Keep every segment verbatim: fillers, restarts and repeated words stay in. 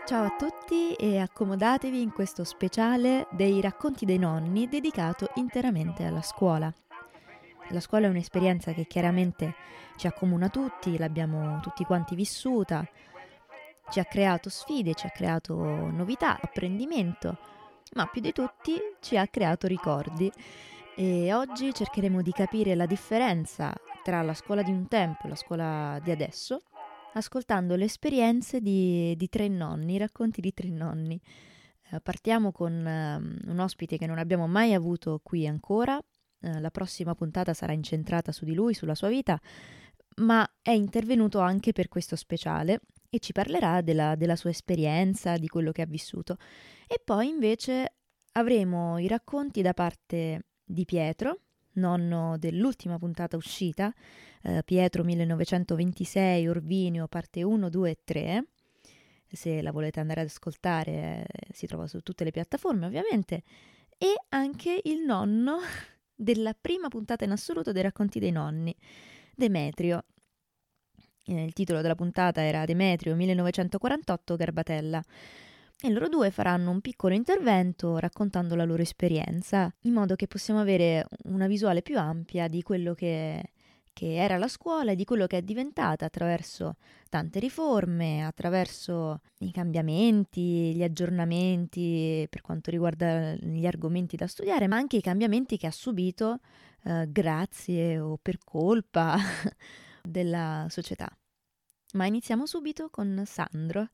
Ciao a tutti e accomodatevi in questo speciale dei racconti dei nonni dedicato interamente alla scuola. La scuola è un'esperienza che chiaramente ci accomuna tutti, l'abbiamo tutti quanti vissuta, ci ha creato sfide, ci ha creato novità, apprendimento, ma più di tutti ci ha creato ricordi. E oggi cercheremo di capire la differenza tra la scuola di un tempo e la scuola di adesso, ascoltando le esperienze di, di tre nonni, i racconti di tre nonni. Eh, partiamo con eh, un ospite che non abbiamo mai avuto qui ancora. Eh, la prossima puntata sarà incentrata su di lui, sulla sua vita, ma è intervenuto anche per questo speciale e ci parlerà della, della sua esperienza, di quello che ha vissuto. E poi invece avremo i racconti da parte di Pietro, nonno dell'ultima puntata uscita, eh, Pietro millenovecentoventisei, Orvinio, parte uno, due e tre. Se la volete andare ad ascoltare, eh, si trova su tutte le piattaforme ovviamente. E anche il nonno della prima puntata in assoluto dei racconti dei nonni, Demetrio. Eh, il titolo della puntata era Demetrio millenovecentoquarantotto, Garbatella. E loro due faranno un piccolo intervento raccontando la loro esperienza, in modo che possiamo avere una visuale più ampia di quello che, che era la scuola e di quello che è diventata attraverso tante riforme, attraverso i cambiamenti, gli aggiornamenti per quanto riguarda gli argomenti da studiare, ma anche i cambiamenti che ha subito eh, grazie o per colpa della società. Ma iniziamo subito con Sandro.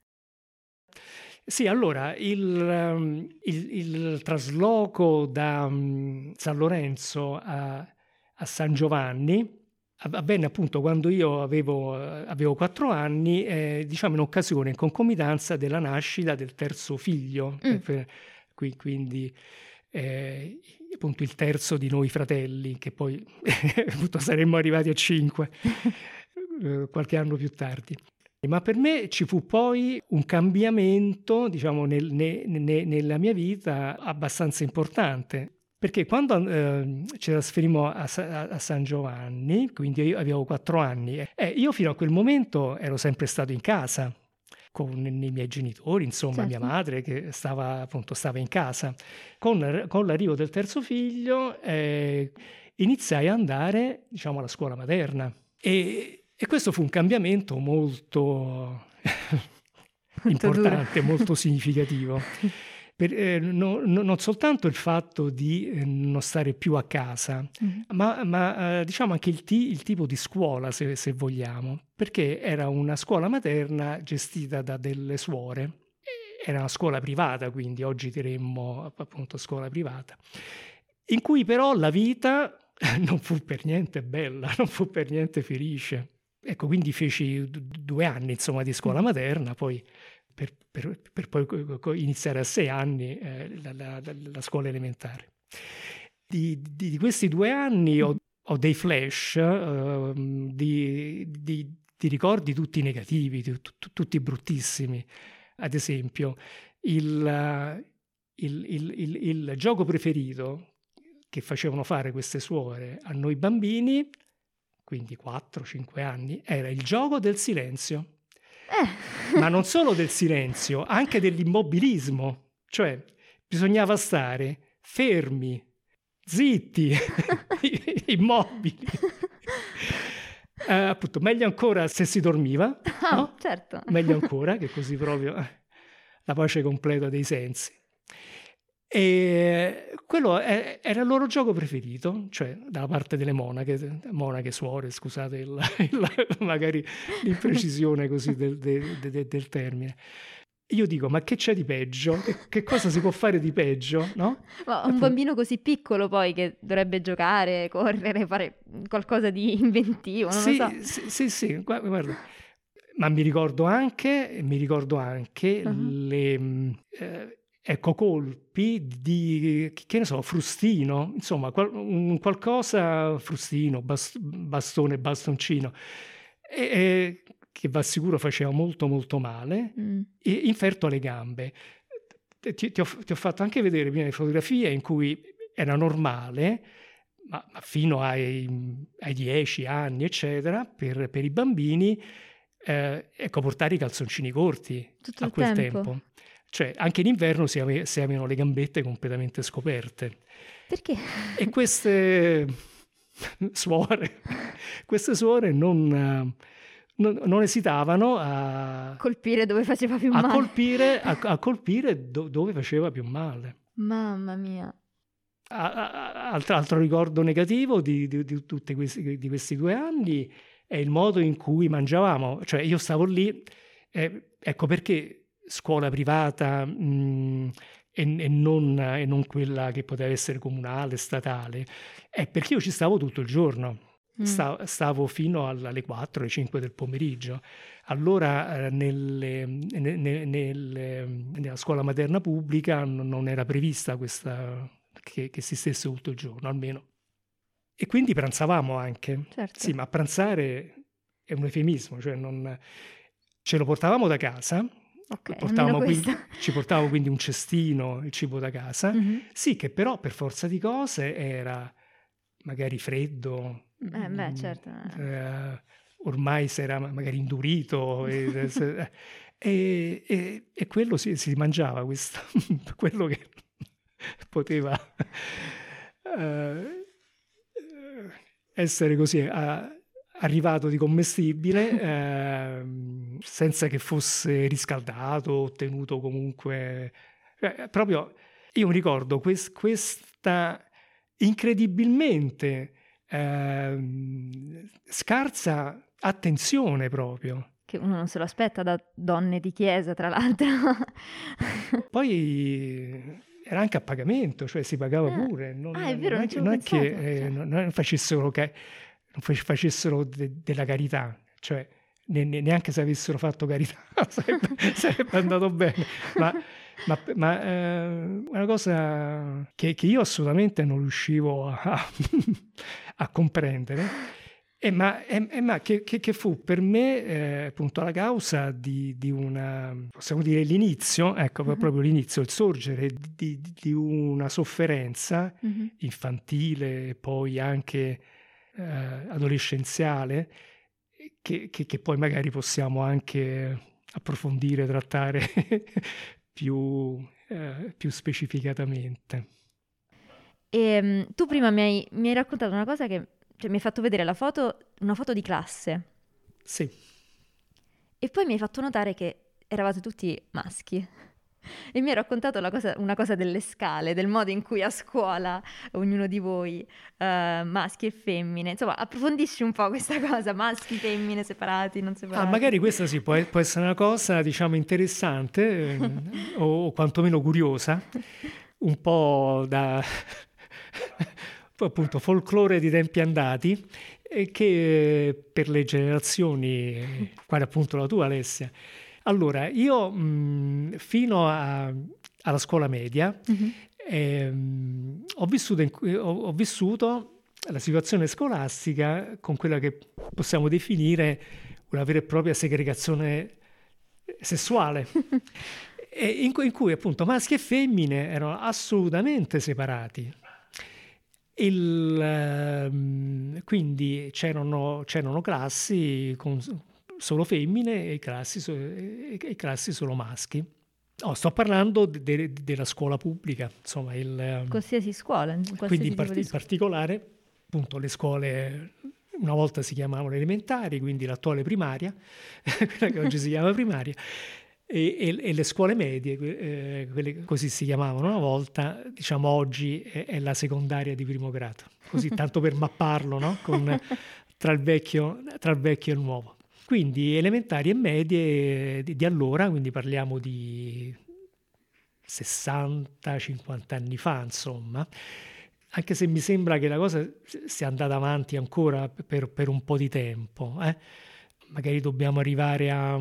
Sì, allora il, um, il, il trasloco da um, San Lorenzo a, a San Giovanni avvenne appunto quando io avevo, avevo quattro anni, eh, diciamo in occasione, in concomitanza della nascita del terzo figlio, Mm. per, per, qui, quindi eh, appunto il terzo di noi fratelli, che poi appunto saremmo arrivati a cinque eh, qualche anno più tardi. Ma per me ci fu poi un cambiamento, diciamo, nel, ne, ne, nella mia vita abbastanza importante, perché quando eh, ci trasferimmo a, a, a San Giovanni, quindi io avevo quattro anni, eh, io fino a quel momento ero sempre stato in casa con i miei genitori, insomma, Certo. mia madre che stava appunto stava in casa. Con, con l'arrivo del terzo figlio eh, iniziai ad andare, diciamo, alla scuola materna e E questo fu un cambiamento molto importante, molto significativo. Per, eh, no, no, non soltanto il fatto di eh, non stare più a casa, mm-hmm. ma, ma eh, diciamo anche il, ti, il tipo di scuola, se, se vogliamo, perché era una scuola materna gestita da delle suore. Era una scuola privata, quindi oggi diremmo appunto scuola privata, in cui però la vita non fu per niente bella, non fu per niente felice. Ecco, quindi feci due anni, insomma, di scuola materna, poi per, per, per poi iniziare a sei anni eh, la, la, la scuola elementare. Di, di, di questi due anni ho, ho dei flash uh, di, di, di ricordi tutti negativi, t- t- tutti bruttissimi. Ad esempio, il, il, il, il, il gioco preferito che facevano fare queste suore a noi bambini, quindi quattro cinque anni, era il gioco del silenzio. Eh. Ma non solo del silenzio, anche dell'immobilismo. Cioè, bisognava stare fermi, zitti, immobili. Eh, appunto, meglio ancora se si dormiva, oh, no? Certo. Meglio ancora, che così proprio la pace completa dei sensi. E quello è, era il loro gioco preferito, cioè dalla parte delle monache, monache suore, scusate il, il, magari l'imprecisione così del, del, del, del termine. Io dico, ma che c'è di peggio? Che, che cosa si può fare di peggio? No? Ma un bambino così piccolo poi che dovrebbe giocare, correre, fare qualcosa di inventivo, non sì, lo so. Sì, sì, sì, guarda. Ma mi ricordo anche, mi ricordo anche uh-huh. le... Eh, ecco, colpi di, che ne so, frustino, insomma, qual, un qualcosa, frustino, bast, bastone, bastoncino, e, e, che va sicuro faceva molto molto male, mm. e inferto alle gambe. Ti, ti, ho, ti ho fatto anche vedere prima le fotografie in cui era normale, ma, ma fino ai, ai dieci anni, eccetera, per, per i bambini, eh, ecco, portare i calzoncini corti Tutto a il quel tempo. tempo. Cioè, anche in inverno si, ave- si avevano le gambette completamente scoperte. Perché? E queste suore, queste suore non, eh, non- non esitavano a, Colpire dove faceva più a male. colpire, a, a colpire do- dove faceva più male. Mamma mia. A- a- Altro, altro ricordo negativo di, di- di tutti questi, di questi due anni è il modo in cui mangiavamo. Cioè, io stavo lì, eh, ecco perché scuola privata mh, e, e non, e non quella che poteva essere comunale, statale, è perché io ci stavo tutto il giorno. Mm. Sta- Stavo fino alle quattro, alle cinque del pomeriggio. Allora, eh, nelle- ne- ne- nelle- nella scuola materna pubblica non non era prevista questa, che, che si stesse tutto il giorno, almeno. E quindi pranzavamo anche. Certo. Sì, ma pranzare è un eufemismo, cioè non, ce lo portavamo da casa, Ok, portavamo almeno quindi- questo. ci portavamo quindi un cestino, il cibo da casa, Mhm. sì, che però per forza di cose era magari freddo, Eh, beh, mm, certo. eh, ormai si era magari indurito e, se- e- e- e quello si, si mangiava, questo, quello che poteva eh, essere così a- arrivato di commestibile ehm, senza che fosse riscaldato o tenuto comunque eh, proprio io mi ricordo quest- questa incredibilmente ehm, scarsa attenzione proprio. Che uno non se lo aspetta da donne di chiesa, tra l'altro. Poi era anche a pagamento, cioè si pagava Ah, pure. Non, ah, è vero, non non è ci che, avevo non è che, pensato, eh, cioè. non- non facessero, che, non fa- facessero de- della carità, cioè ne- ne- neanche se avessero fatto carità sarebbe, sarebbe andato bene. Ma, ma, ma, eh, una cosa che, che io assolutamente non riuscivo a, a comprendere. E ma, e- e ma che, che- che fu per me eh, appunto la causa di, di una, possiamo dire l'inizio, ecco Mhm. proprio l'inizio, il sorgere di, di- di una sofferenza Mhm. infantile e poi anche eh, adolescenziale che, che- che poi magari possiamo anche approfondire, trattare più, eh, più specificatamente. E mm, tu prima mi hai, mi hai raccontato una cosa che, cioè mi hai fatto vedere la foto, una foto di classe, Sì. e poi mi hai fatto notare che eravate tutti maschi. E mi hai raccontato la cosa- una cosa delle scale, del modo in cui a scuola ognuno di voi, eh, maschi e femmine, insomma, approfondisci un po' questa cosa, maschi, femmine, separati, non Ah, separati. magari questa sì, può, può essere una cosa, diciamo, interessante eh, o, o quantomeno curiosa, un po' da poi appunto folklore di tempi andati e che per le generazioni, quale appunto la tua Alessia. Allora, io mh, fino a- alla scuola media Mhm. ehm, ho vissuto, in cui- ho- ho vissuto la situazione scolastica con quella che possiamo definire una vera e propria segregazione sessuale, e in, cui, in cui appunto maschi e femmine erano assolutamente separati. Il, ehm, quindi c'erano, c'erano classi con solo femmine e classi, so- e- e classi solo maschi. Oh, sto parlando de- de- della scuola pubblica, insomma, il, ehm, Qualsiasi scuola, in qualsiasi quindi in, tipo par- di in scuola. particolare appunto le scuole una volta si chiamavano elementari, quindi l'attuale primaria, quella che oggi si chiama primaria, e, e- e le scuole medie, que- eh, quelle così si chiamavano una volta, diciamo oggi è, è la secondaria di primo grado, così tanto per mapparlo, no? Con, tra, il vecchio, tra il vecchio e il nuovo. Quindi elementari e medie di, di allora, quindi parliamo di sessanta cinquanta anni fa, insomma, anche se mi sembra che la cosa sia andata avanti ancora per, per un po' di tempo. eh. Magari dobbiamo arrivare a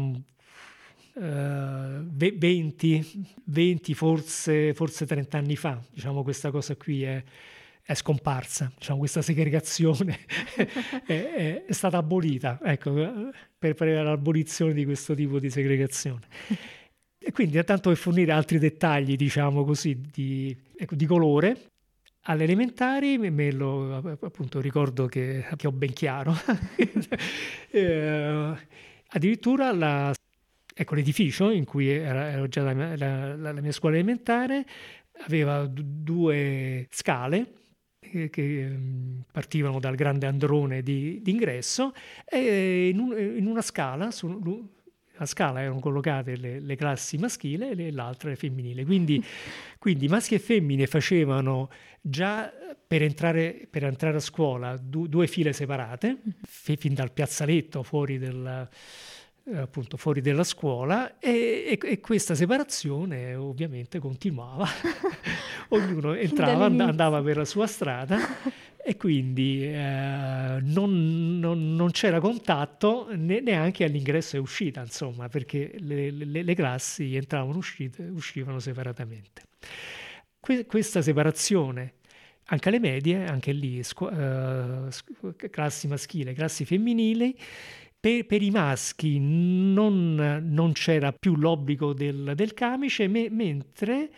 eh, venti, venti forse, forse trenta anni fa, diciamo questa cosa qui è, è scomparsa, diciamo questa segregazione è, è- è stata abolita, ecco, per, per l'abolizione di questo tipo di segregazione. E quindi, tanto per fornire altri dettagli, diciamo così, di, ecco, di colore, alle elementari me me lo appunto ricordo che, che ho ben chiaro. Eh, Addirittura la, ecco, l'edificio in cui era, era già la mia, la, la, la mia scuola elementare aveva d- due scale che, che ehm, partivano dal grande androne di, d'ingresso e in, un- in una scala, su, la scala erano collocate le, le classi maschili e l'altra le femminili. Quindi, quindi maschi e femmine facevano già per entrare, per entrare a scuola du- due file separate, f- fin dal piazzaletto fuori della, eh, appunto fuori della scuola e, e- e questa separazione ovviamente continuava. Ognuno entrava, and- andava per la sua strada e quindi eh, non, non- non c'era contatto ne- neanche all'ingresso e uscita, insomma, perché le, le- le classi entravano, uscite, uscivano separatamente. Que- questa separazione, anche alle medie, anche lì, scu- eh, scu- classi maschili, classi femminili, per, per i maschi non, non c'era più l'obbligo del, del camice, me- mentre,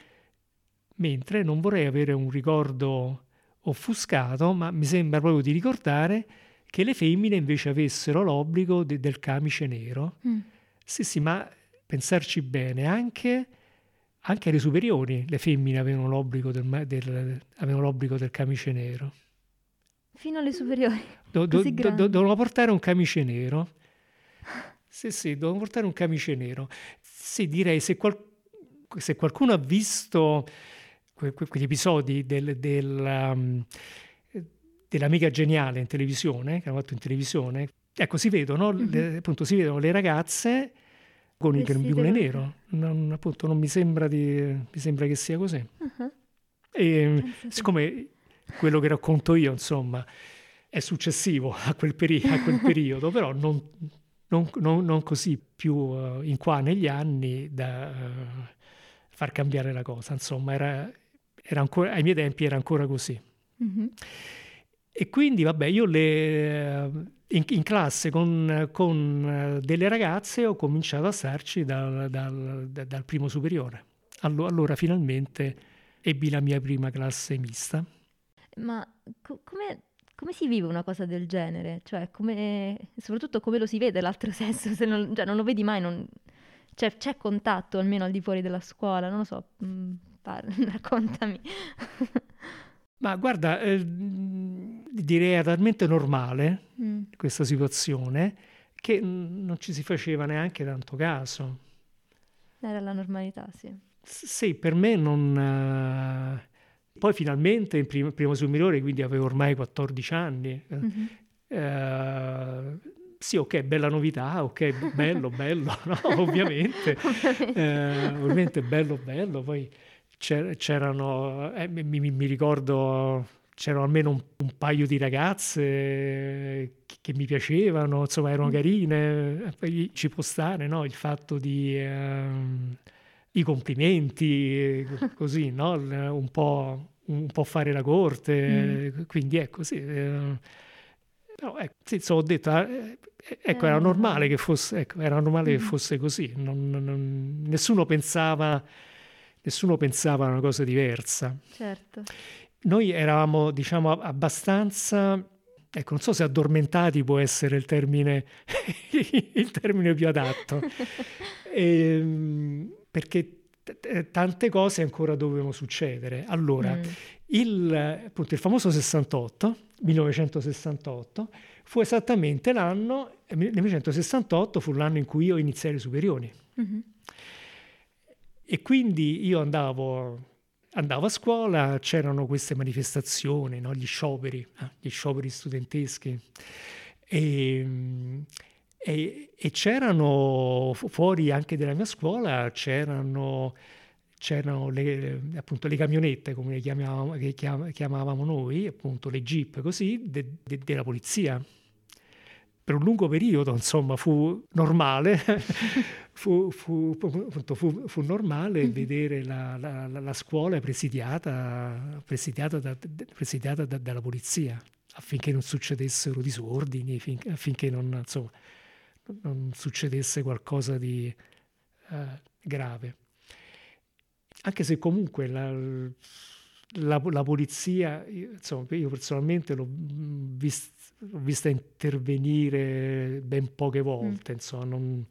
mentre non vorrei avere un ricordo offuscato, ma mi sembra proprio di ricordare che le femmine invece avessero l'obbligo de- del camice nero. Mm. Sì, sì, ma pensarci bene, anche, anche alle superiori le femmine avevano l'obbligo del, ma- del- avevano l'obbligo del camice nero. Fino alle superiori, Do- do- così do- do- grandi. dovevano portare un camice nero. Sì, sì, dovevano portare un camice nero. Sì, direi se, qual- se qualcuno ha visto que- que- quegli episodi del, del, um, dell'Amica Geniale in televisione, che hanno fatto in televisione, ecco, si vedono, Mhm. le, appunto, si vedono le ragazze con il Vestite grembiule col- nero. Non, appunto, non mi sembra, di, mi sembra che sia così. Ah, E pensa te. siccome quello che racconto io, insomma, è successivo a quel, peri- a quel periodo, però non, non- non- non così più eh, in qua negli anni da eh, far cambiare la cosa. Insomma, era, era ancora, ai miei tempi era ancora così. Mhm. E quindi, vabbè, io le, in, in classe con, con eh, delle ragazze ho cominciato a starci dal, dal- da- dal primo superiore. Allo- allora, finalmente ebbi la mia prima classe mista. Ma co- come, come si vive una cosa del genere? Cioè, come, soprattutto come lo si vede l'altro sesso? Se non, cioè, non lo vedi mai, non, cioè, c'è contatto almeno al di fuori della scuola, non lo so, mm, par- raccontami. Ma guarda, eh, direi era talmente normale Mm. questa situazione che mm, non ci si faceva neanche tanto caso. Era la normalità, sì. S- Sì, per me non... eh, Poi finalmente in prima, prima superiore, quindi avevo ormai quattordici anni. eh, Mhm. eh, sì, ok, bella novità, ok, bello, bello, no? Ovviamente. Eh, ovviamente bello, bello. Poi c'er- c'erano, eh, mi, mi- mi ricordo, c'erano almeno un, un paio di ragazze che, che mi piacevano, insomma, erano Mm. carine. E poi ci può stare, no? Il fatto di... ehm, i complimenti, eh, così, no? Il- Un po', un po' fare la corte, Mm. quindi ecco, sì. eh, però, ecco, sì, insomma, ho detto, eh, eh, ecco, Era era normale normale. che fosse, ecco, era normale che Mhm. fosse così. Non- non- nessuno pensava, nessuno pensava a una cosa diversa. Certo. Noi eravamo, diciamo, abbastanza, ecco, non so se addormentati può essere il termine, il termine più adatto. Ehm, perché t- t- tante cose ancora dovevano succedere. Allora, Mm. il, appunto, il famoso sessantotto, millenovecentosessantotto, fu esattamente l'anno, eh, millenovecentosessantotto fu l'anno in cui io iniziai le superiori. Mhm. E quindi io andavo, andavo a scuola, c'erano queste manifestazioni, no? Gli scioperi, eh, gli scioperi studenteschi. E, e- e c'erano fu- fuori anche della mia scuola, c'erano, c'erano le, appunto, le camionette, come le chiamavamo, che chiam- chiamavamo noi, appunto le jeep così, de- de- della polizia. Per un lungo periodo, insomma, fu normale, fu, fu- fu- appunto, fu- fu normale Mhm. vedere la, la- la- la scuola presidiata, presidiata, da- da- presidiata da- dalla polizia, affinché non succedessero disordini, fin- affinché non, insomma, non succedesse qualcosa di eh, grave. Anche se comunque la- la, la polizia, io, insomma, io personalmente l'ho, vist, l'ho vista intervenire ben poche volte, mm. insomma, non,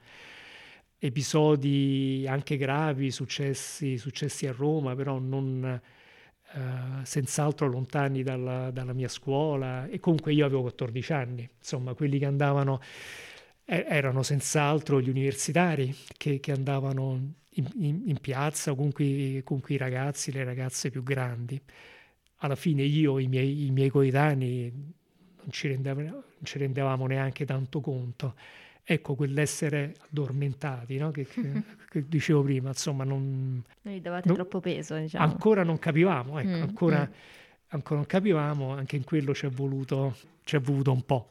episodi anche gravi successi, successi a Roma, però non... Uh, senz'altro lontani dalla, dalla mia scuola, e comunque io avevo quattordici anni, insomma quelli che andavano eh, erano senz'altro gli universitari che, che andavano in, in, in piazza, o comunque, comunque i ragazzi, le ragazze più grandi. Alla fine io, i miei, i miei coetanei non ci, rendev- non ci rendevamo neanche tanto conto. Ecco, quell'essere addormentati, no? che, che, che dicevo prima, insomma, non... Non gli davate non, troppo peso, diciamo. Ancora non capivamo, ecco, mm, ancora, mm. ancora non capivamo, anche in quello ci è voluto, ci è voluto un po'.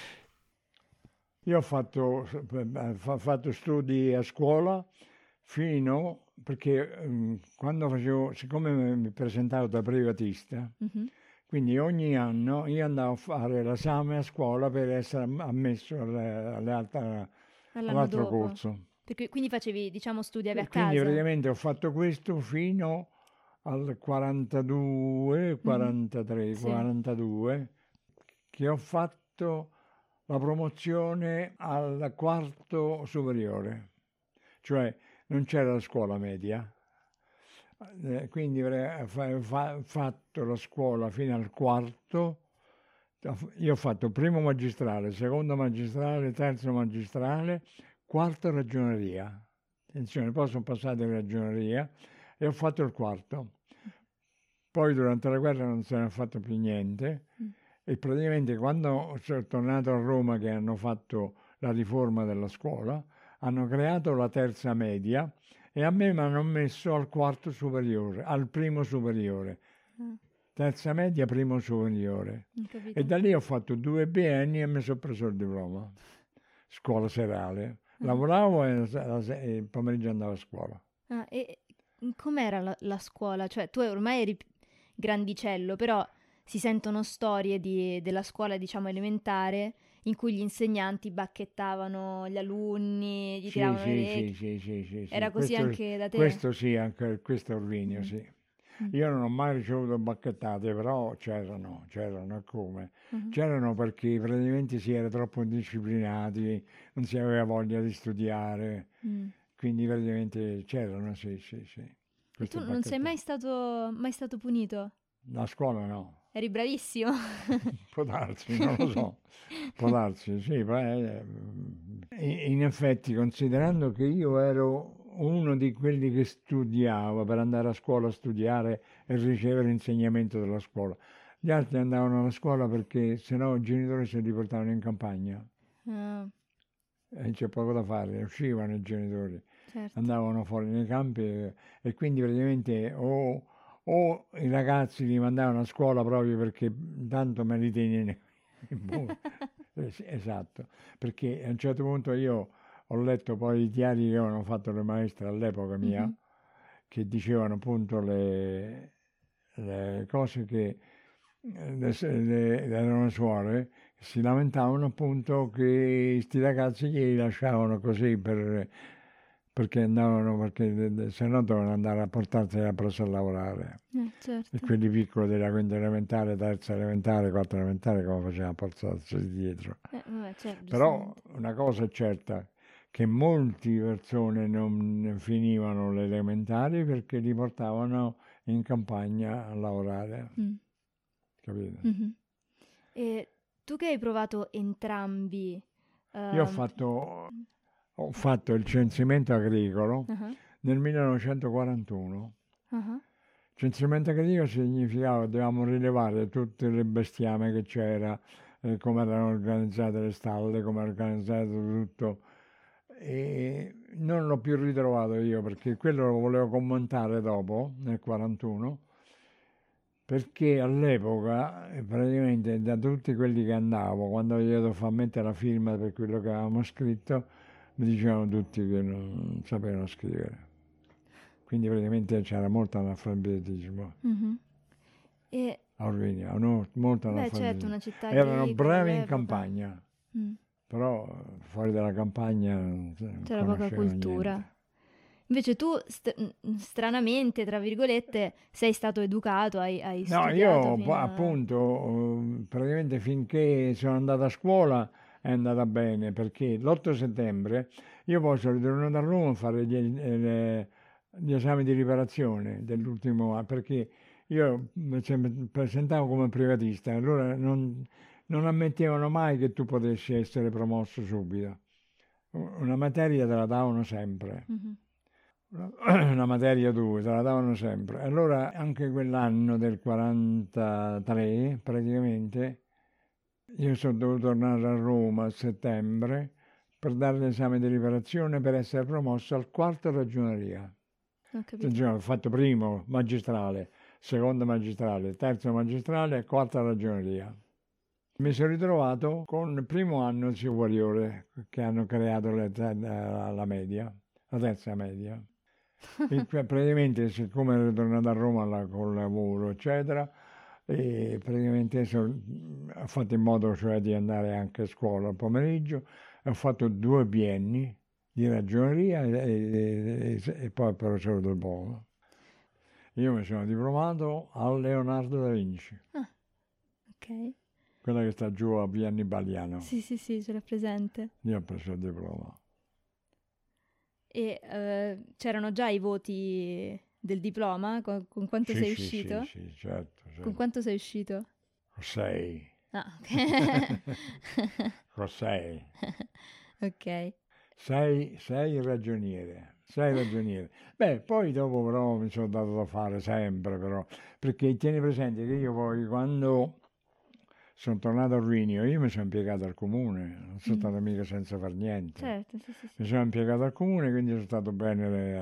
Io ho fatto, ho fatto studi a scuola fino, perché um, quando facevo, siccome mi presentavo da privatista, mm-hmm. quindi ogni anno io andavo a fare l'esame a scuola per essere ammesso alle, alle altre, all'altro dopo. corso. Perché, quindi facevi, diciamo, studiavi a e casa? Quindi praticamente ho fatto questo fino al quarantadue, quarantatré, mm-hmm. quarantadue, sì. Che ho fatto la promozione al quarto superiore, cioè non c'era la scuola media. Eh, quindi ho fa, fa, fatto la scuola fino al quarto. Io ho fatto primo magistrale, secondo magistrale, terzo magistrale, quarto ragioneria. Attenzione, poi sono passato in ragioneria e ho fatto il quarto. Poi durante la guerra non se ne è fatto più niente mm. e praticamente quando sono tornato a Roma, che hanno fatto la riforma della scuola, hanno creato la terza media e a me mi hanno messo al quarto superiore, al primo superiore. Mm. Terza media, primo superiore. E da lì ho fatto due bienni e mi sono preso il diploma. Scuola serale. Mm. Lavoravo e, e il pomeriggio andavo a scuola. Ah, e com'era la, la scuola? Cioè, tu ormai eri grandicello, però si sentono storie di, della scuola, diciamo, elementare, in cui gli insegnanti bacchettavano gli alunni, gli sì, tiravano sì, le orecchie. Sì, sì, sì, sì. Era così questo, anche da te? Questo sì, anche questo è Orvinio, mm. sì. Mm. Io non ho mai ricevuto bacchettate, però c'erano, c'erano come? Mm-hmm. C'erano perché praticamente si era troppo indisciplinati, non si aveva voglia di studiare, mm. quindi praticamente c'erano, sì, sì, sì. E tu non sei mai stato, mai stato punito? La scuola no. Eri bravissimo. Può darsi, non lo so. Può darsi, sì. Beh, in effetti, considerando che io ero uno di quelli che studiava per andare a scuola a studiare e ricevere l'insegnamento della scuola, gli altri andavano alla scuola perché sennò i genitori se li portavano in campagna. Ah. E c'è poco da fare, uscivano i genitori. Certo. Andavano fuori nei campi e, e quindi praticamente o, o i ragazzi li mandavano a scuola proprio perché tanto me li tieni esatto, perché a un certo punto io ho letto poi i diari che avevano fatto le maestre all'epoca mia, mm-hmm. che dicevano appunto le, le cose che le, le, erano suore, si lamentavano appunto che questi ragazzi li lasciavano così per, perché andavano, perché se no dovevano andare a portarsela presso a lavorare. Eh, certo. E quelli piccoli della quinta elementare, terza elementare, quarta elementare, come facevano a portarsi dietro. Eh, vabbè, certo, però una cosa è certa, che molte persone non finivano le elementari perché li portavano in campagna a lavorare. Mm. Capito? Mm-hmm. E tu che hai provato entrambi? Uh... Io ho fatto, ho fatto il censimento agricolo uh-huh. nel millenovecentoquarantuno. Uh-huh. Censimento agricolo significava che dovevamo rilevare tutte le bestiame che c'era, eh, come erano organizzate le stalle, come era organizzato tutto. E non l'ho più ritrovato io perché quello lo volevo commentare dopo, nel quarantuno, perché all'epoca praticamente da tutti quelli che andavo, quando gli ho fatto mettere la firma per quello che avevamo scritto, mi dicevano tutti che non sapevano scrivere. Quindi praticamente c'era molto analfabetismo. Mm-hmm. E... a Orvinia, no, molto Beh, analfabetismo. certo, una città erano bravi all'epoca. in campagna. Mm. Però fuori dalla campagna non c'era poca cultura. Niente. Invece tu, st- stranamente, tra virgolette, sei stato educato, hai, hai No, studiato io fino po- a... appunto, eh, praticamente finché sono andato a scuola è andata bene, perché l'otto settembre io poi sono ritornato a Roma a fare gli, eh, le- gli esami di riparazione dell'ultimo anno, perché io mi sempre presentavo come privatista, allora non, non ammettevano mai che tu potessi essere promosso subito. Una materia te la davano sempre. Mhm. Una materia due, te la davano sempre. Allora anche quell'anno del quarantatré, praticamente, io sono dovuto tornare a Roma a settembre per dare l'esame di riparazione per essere promosso al quarto ragioneria. Ho capito. Attenzione, ho fatto primo magistrale, secondo magistrale, terzo magistrale e quarta ragioneria. Mi sono ritrovato con il primo anno superiore che hanno creato le- la, la media, la terza media. E que- praticamente, siccome ero tornato a Roma là col lavoro, eccetera, e praticamente so- ho fatto in modo cioè di andare anche a scuola al pomeriggio, e ho fatto due bienni di ragioneria e, e- e- e poi professore del Polo. Io mi sono diplomato al Leonardo da Vinci, Ah, ok. quella che sta giù a Via Annibaliano. Sì, sì, sì, ce l'ho presente. Io ho preso il diploma. E eh, c'erano già i voti del diploma? Con, con quanto Sì, sei sì, uscito? sì, sì, certo, Con certo. quanto sei uscito? Sei. Ah, ok. Con sei. Ok. Sei, sei ragioniere, sei ragioniere. Beh, poi dopo però mi sono dato da fare sempre, però, perché tieni presente che io poi quando sono tornato a Rinio, io mi sono impiegato al comune, non sono Mm. stato mica senza far niente. Certo, sì, sì, Mi sì. sono impiegato al comune, quindi sono stato bene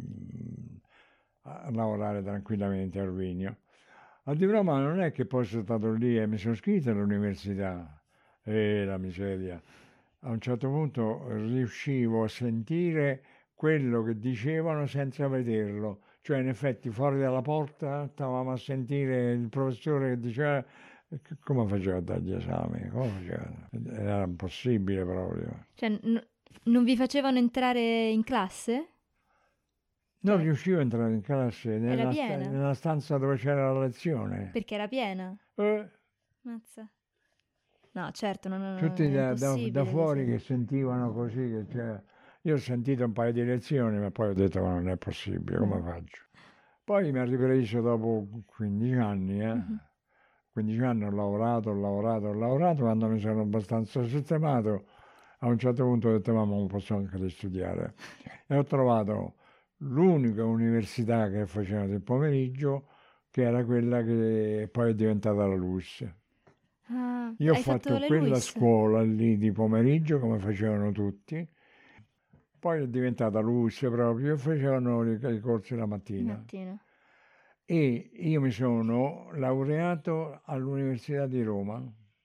a, a lavorare tranquillamente a Rinio. Al diploma non è che poi sono stato lì e mi sono iscritto all'università, e la miseria. A un certo punto riuscivo a sentire quello che dicevano senza vederlo, cioè in effetti fuori dalla porta stavamo a sentire il professore che diceva "Che- come faceva a dare gli esami, come faceva?" Era impossibile proprio. Cioè, n- non vi facevano entrare in classe? Non Cioè, riuscivo a entrare in classe era nella, sta- piena? nella stanza dove c'era la lezione. Perché era piena? Eh, Mazza. No, certo, non, non- tutti è da, da- da impossibile fuori così. che sentivano così, che c'era. Io ho sentito un paio di lezioni, ma poi ho detto ma non è possibile, come faccio? Poi mi ha ripreso dopo quindici anni, eh. Mhm. quindici anni ho lavorato, ho lavorato, ho lavorato, quando mi sono abbastanza sistemato, a un certo punto ho detto, mamma, non posso anche studiare. E ho trovato l'unica università che faceva del pomeriggio, che era quella che poi è diventata la LUISS. Ah, Io ho hai fatto fatto le quella LUISS? scuola lì di pomeriggio, come facevano tutti, poi è diventata LUISS proprio, facevano i, i corsi la Il mattina. mattino. E io mi sono laureato all'Università di Roma.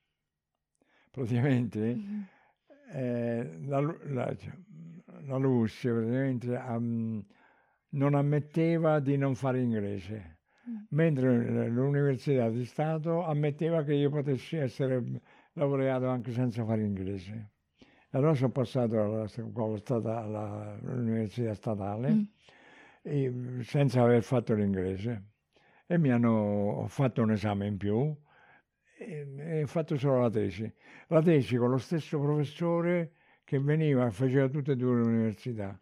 Praticamente Mhm. eh, la, la, la LUISS praticamente, um, non ammetteva di non fare inglese, Mm. mentre l'Università di Stato ammetteva che io potessi essere laureato anche senza fare inglese. Allora sono passato alla, alla stata- alla- all'Università Statale Mm. e, senza aver fatto l'inglese, e mi hanno ho fatto un esame in più e, e ho fatto solo la tesi. La tesi con lo stesso professore che veniva e faceva tutte e due le università,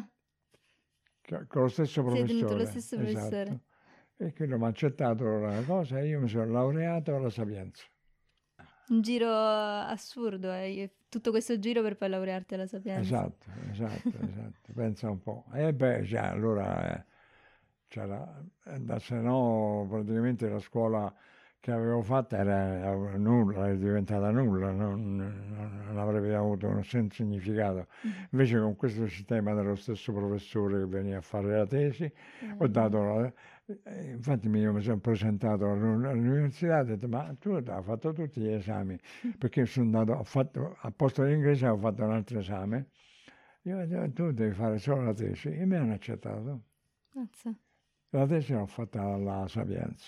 che- con lo stesso Sei tenuto lo professore, stesso professore. esatto. E quello mi ha accettato la cosa e io mi sono laureato alla Sapienza. Un giro assurdo, eh. Tutto questo giro per poi laurearti alla Sapienza. Esatto, esatto, esatto. Pensa un po'. E beh, già, allora eh, c'era, eh, da- se no praticamente la scuola che avevo fatta era, era nulla, è diventata nulla, non, non- non avrebbe avuto nessun significato. Mhm. Invece con questo sistema dello stesso professore che veniva a fare la tesi, Eh, ho dato la- eh, infatti mi, io mi sono presentato all'uni- all'università e ho detto ma tu hai fatto tutti gli esami, perché sono andato, ho fatto, a posto dell'inglese ho fatto un altro esame, io ho detto tu devi fare solo la tesi e mi hanno accettato. Mazza. La tesi l'ho fatta alla Sapienza.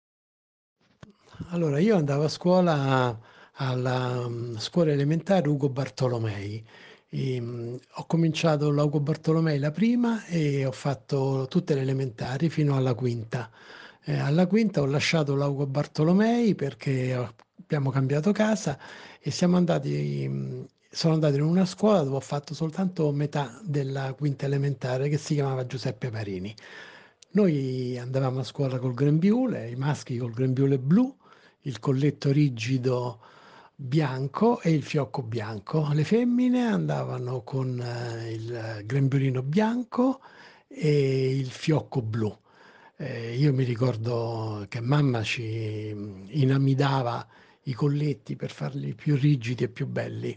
Allora, io andavo a scuola alla mm, scuola elementare Ugo Bartolomei E, mh, ho cominciato l'Ugo Bartolomei la prima e ho fatto tutte le elementari fino alla quinta. Eh, alla quinta ho lasciato l'Ugo Bartolomei perché ho- abbiamo cambiato casa e siamo andati, mh, sono andato in una scuola dove ho fatto soltanto metà della quinta elementare che si chiamava Giuseppe Marini. Noi andavamo a scuola col grembiule, i maschi col grembiule blu, il colletto rigido bianco e il fiocco bianco. Le femmine andavano con eh, il grembiulino bianco e il fiocco blu. Eh, io mi ricordo che mamma ci mm, inamidava i colletti per farli più rigidi e più belli.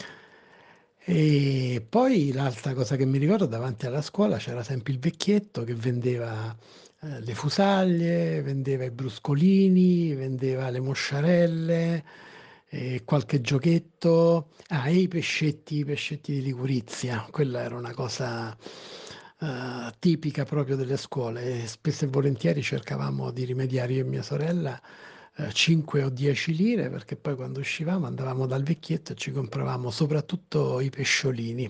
E poi l'altra cosa che mi ricordo, davanti alla scuola c'era sempre il vecchietto che vendeva eh, le fusaglie, vendeva i bruscolini, vendeva le mosciarelle, e qualche giochetto. Ah, e i pescetti, i pescetti di Ligurizia, quella era una cosa eh, tipica proprio delle scuole. E spesso e volentieri cercavamo di rimediare io e mia sorella eh, cinque o dieci lire, perché poi quando uscivamo andavamo dal vecchietto e ci compravamo soprattutto i pesciolini.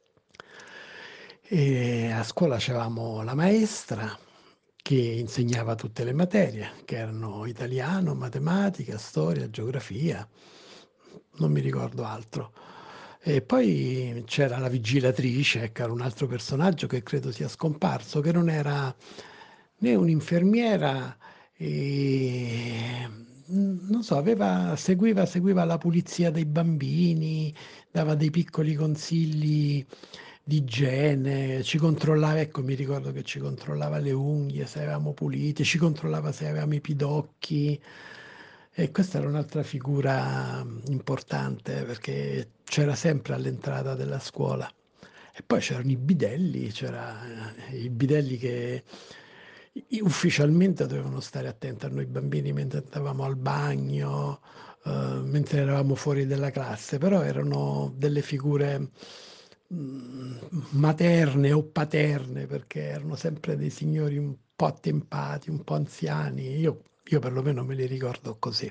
E a scuola c'avevamo la maestra che insegnava tutte le materie, che erano italiano, matematica, storia, geografia, non mi ricordo altro. E poi c'era la vigilatrice, che era un altro personaggio che credo sia scomparso, che non era né un'infermiera, e, non so, aveva, seguiva, seguiva la pulizia dei bambini, dava dei piccoli consigli di igiene, ci controllava, ecco, mi ricordo che ci controllava le unghie, se avevamo pulite, ci controllava se avevamo i pidocchi. E questa era un'altra figura mm, importante perché c'era sempre all'entrata della scuola. E poi c'erano i bidelli, c'era eh, i bidelli che i- ufficialmente dovevano stare attenti a noi bambini mentre andavamo al bagno, eh, mentre eravamo fuori dalla classe, però erano delle figure mm, materne o paterne, perché erano sempre dei signori un po' attempati, un po' anziani. Io, io perlomeno me li ricordo così.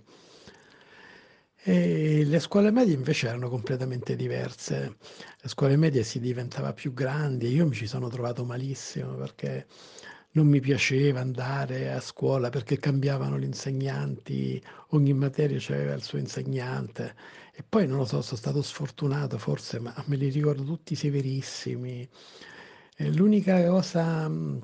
E le scuole medie invece erano completamente diverse. Le scuole medie si diventava più grandi e io mi ci sono trovato malissimo perché non mi piaceva andare a scuola perché cambiavano gli insegnanti, ogni materia aveva il suo insegnante. E poi non lo so, sono stato sfortunato forse, ma me li ricordo tutti severissimi. E l'unica cosa mh,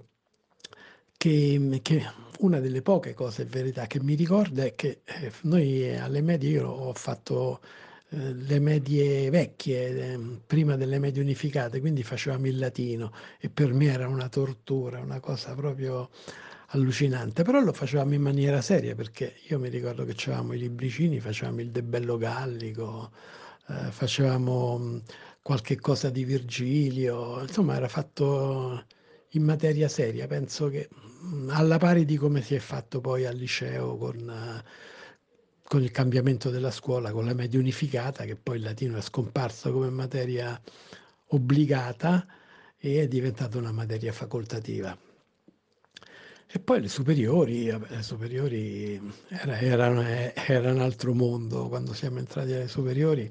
che, che una delle poche cose, in verità, che mi ricordo è che eh, noi alle medie, io ho fatto eh, le medie vecchie, eh, prima delle medie unificate, quindi facevamo il latino e per me era una tortura, una cosa proprio allucinante, però lo facevamo in maniera seria perché io mi ricordo che avevamo i libricini, facevamo il De Bello Gallico, eh, facevamo mh, qualche cosa di Virgilio, insomma era fatto in materia seria, penso che mh, alla pari di come si è fatto poi al liceo con, eh, con il cambiamento della scuola, con la media unificata, che poi il latino è scomparso come materia obbligata e è diventata una materia facoltativa. E poi le superiori, vabbè, le superiori era, era, era un altro mondo, quando siamo entrati alle superiori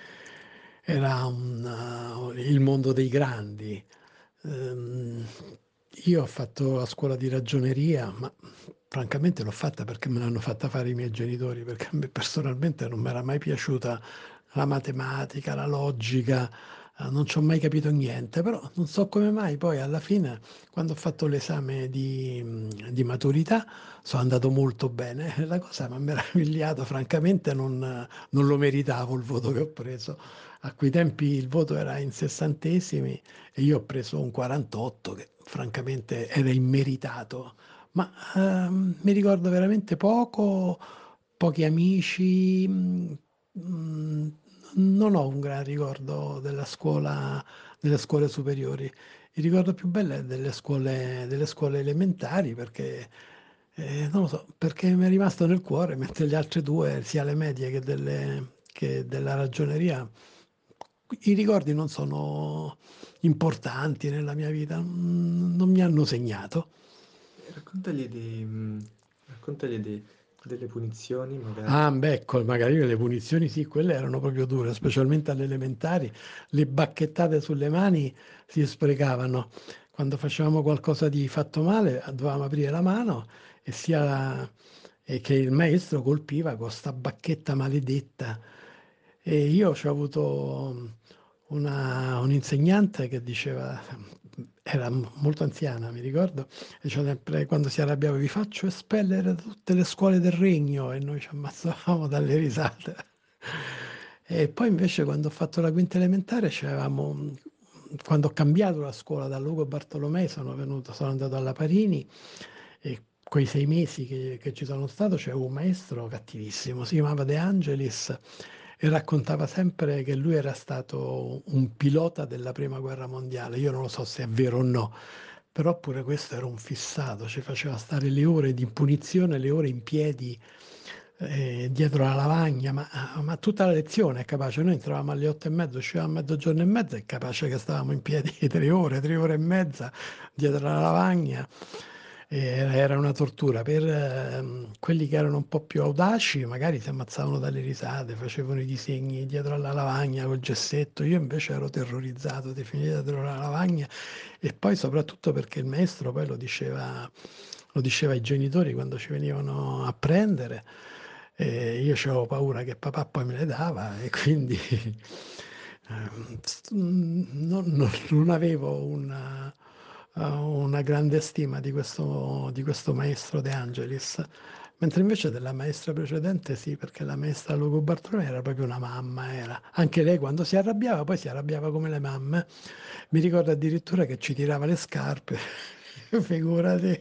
era un, uh, il mondo dei grandi. Ehm, io ho fatto la scuola di ragioneria, ma francamente l'ho fatta perché me l'hanno fatta fare i miei genitori, perché a me personalmente non mi era mai piaciuta la matematica, la logica, eh, non ci ho mai capito niente, però non so come mai poi alla fine, quando ho fatto l'esame di, mh, di maturità, sono andato molto bene. La cosa mi ha meravigliato, francamente non, non lo meritavo il voto che ho preso. A quei tempi il voto era in sessantesimi e io ho preso un quarantotto, che francamente era immeritato. Ma ehm, mi ricordo veramente poco, pochi amici, mm, mm, non ho un gran ricordo della scuola, delle scuole superiori. Il ricordo più bello è delle scuole, delle scuole elementari perché, eh, non lo so, perché mi è rimasto nel cuore, mentre le altre due, sia le medie che, delle, che della ragioneria, i ricordi non sono importanti nella mia vita, mm, non mi hanno segnato. Raccontagli di, mm, raccontagli di delle punizioni magari? Ah, beh, ecco, magari le punizioni sì, quelle erano proprio dure, specialmente alle elementari. Le bacchettate sulle mani si sprecavano. Quando facevamo qualcosa di fatto male, dovevamo aprire la mano e, sia, e che il maestro colpiva con sta bacchetta maledetta. E io ho avuto una, un'insegnante che diceva, era molto anziana, mi ricordo, e cioè sempre quando si arrabbiava vi faccio espellere da tutte le scuole del regno e noi ci ammazzavamo dalle risate. E poi invece quando ho fatto la quinta elementare c'avevamo, quando ho cambiato la scuola da Lugo Bartolomei sono venuto, sono andato alla Parini e quei sei mesi che, che ci sono stato c'era un maestro cattivissimo, si chiamava De Angelis e raccontava sempre che lui era stato un pilota della prima guerra mondiale. Io non lo so se è vero o no, però pure questo era un fissato, ci faceva stare le ore di punizione, le ore in piedi eh, dietro la lavagna, ma, ma tutta la lezione è capace. Noi entravamo alle otto e mezza, uscivamo a mezzogiorno e mezza, è capace che stavamo in piedi tre ore, tre ore e mezza dietro la lavagna. Era una tortura per eh, quelli che erano un po' più audaci, magari si ammazzavano dalle risate, facevano i disegni dietro alla lavagna col gessetto. Io invece ero terrorizzato di finire dietro la lavagna e poi soprattutto perché il maestro poi lo diceva, lo diceva ai genitori quando ci venivano a prendere. E io avevo paura che papà poi me le dava e quindi non, non, non avevo una una grande stima di questo, di questo maestro De Angelis, mentre invece della maestra precedente sì, perché la maestra Lugo Bartolomei era proprio una mamma, era. Anche lei quando si arrabbiava, poi si arrabbiava come le mamme, mi ricordo addirittura che ci tirava le scarpe, figurati.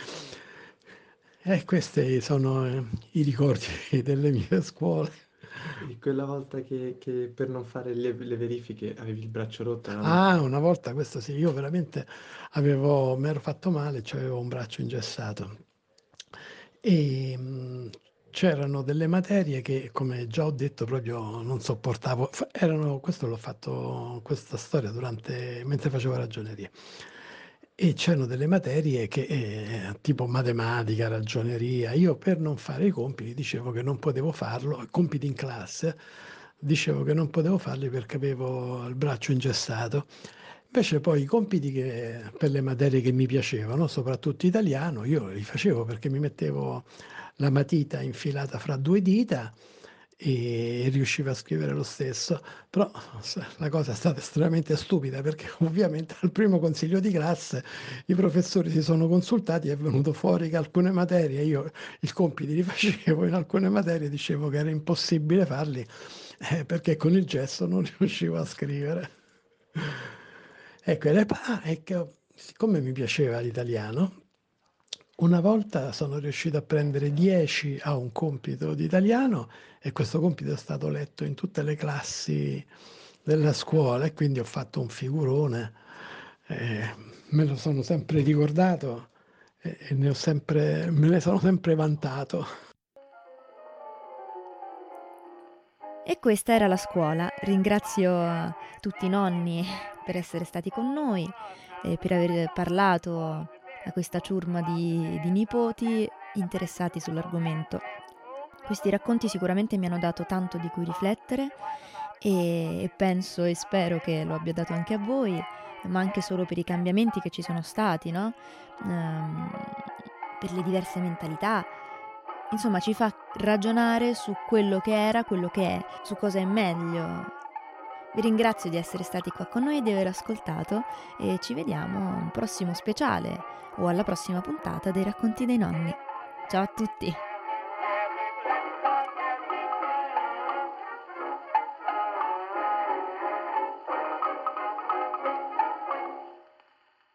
E questi sono eh, i ricordi delle mie scuole. E quella volta che, che per non fare le, le verifiche avevi il braccio rotto? Era una... Ah, una volta questo sì, io veramente avevo, mi ero fatto male, cioè avevo un braccio ingessato e mh, c'erano delle materie che, come già ho detto, proprio non sopportavo. Fa- Erano, questo l'ho fatto, questa storia durante, mentre facevo ragioneria. E c'erano delle materie che, eh, tipo matematica, ragioneria, io per non fare i compiti dicevo che non potevo farlo, compiti in classe, dicevo che non potevo farli perché avevo il braccio ingessato. Invece poi i compiti che, per le materie che mi piacevano, soprattutto italiano, io li facevo perché mi mettevo la matita infilata fra due dita e riuscivo a scrivere lo stesso. Però la cosa è stata estremamente stupida perché ovviamente al primo consiglio di classe i professori si sono consultati e è venuto fuori che alcune materie, io i compiti li facevo, in alcune materie dicevo che era impossibile farli eh, perché con il gesso non riuscivo a scrivere. Ecco, e le pa- ah, ecco, siccome mi piaceva l'italiano, una volta sono riuscito a prendere dieci a un compito di italiano e questo compito è stato letto in tutte le classi della scuola e quindi ho fatto un figurone. Eh, me lo sono sempre ricordato e, e ne ho sempre, me ne sono sempre vantato. E questa era la scuola. Ringrazio tutti i nonni per essere stati con noi e per aver parlato a questa ciurma di, di nipoti interessati sull'argomento. Questi racconti sicuramente mi hanno dato tanto di cui riflettere e, e penso e spero che lo abbia dato anche a voi, ma anche solo per i cambiamenti che ci sono stati, no? Ehm, per le diverse mentalità. Insomma, ci fa ragionare su quello che era, quello che è, su cosa è meglio. Vi ringrazio di essere stati qua con noi e di aver ascoltato e ci vediamo a un prossimo speciale o alla prossima puntata dei Racconti dei Nonni. Ciao a tutti!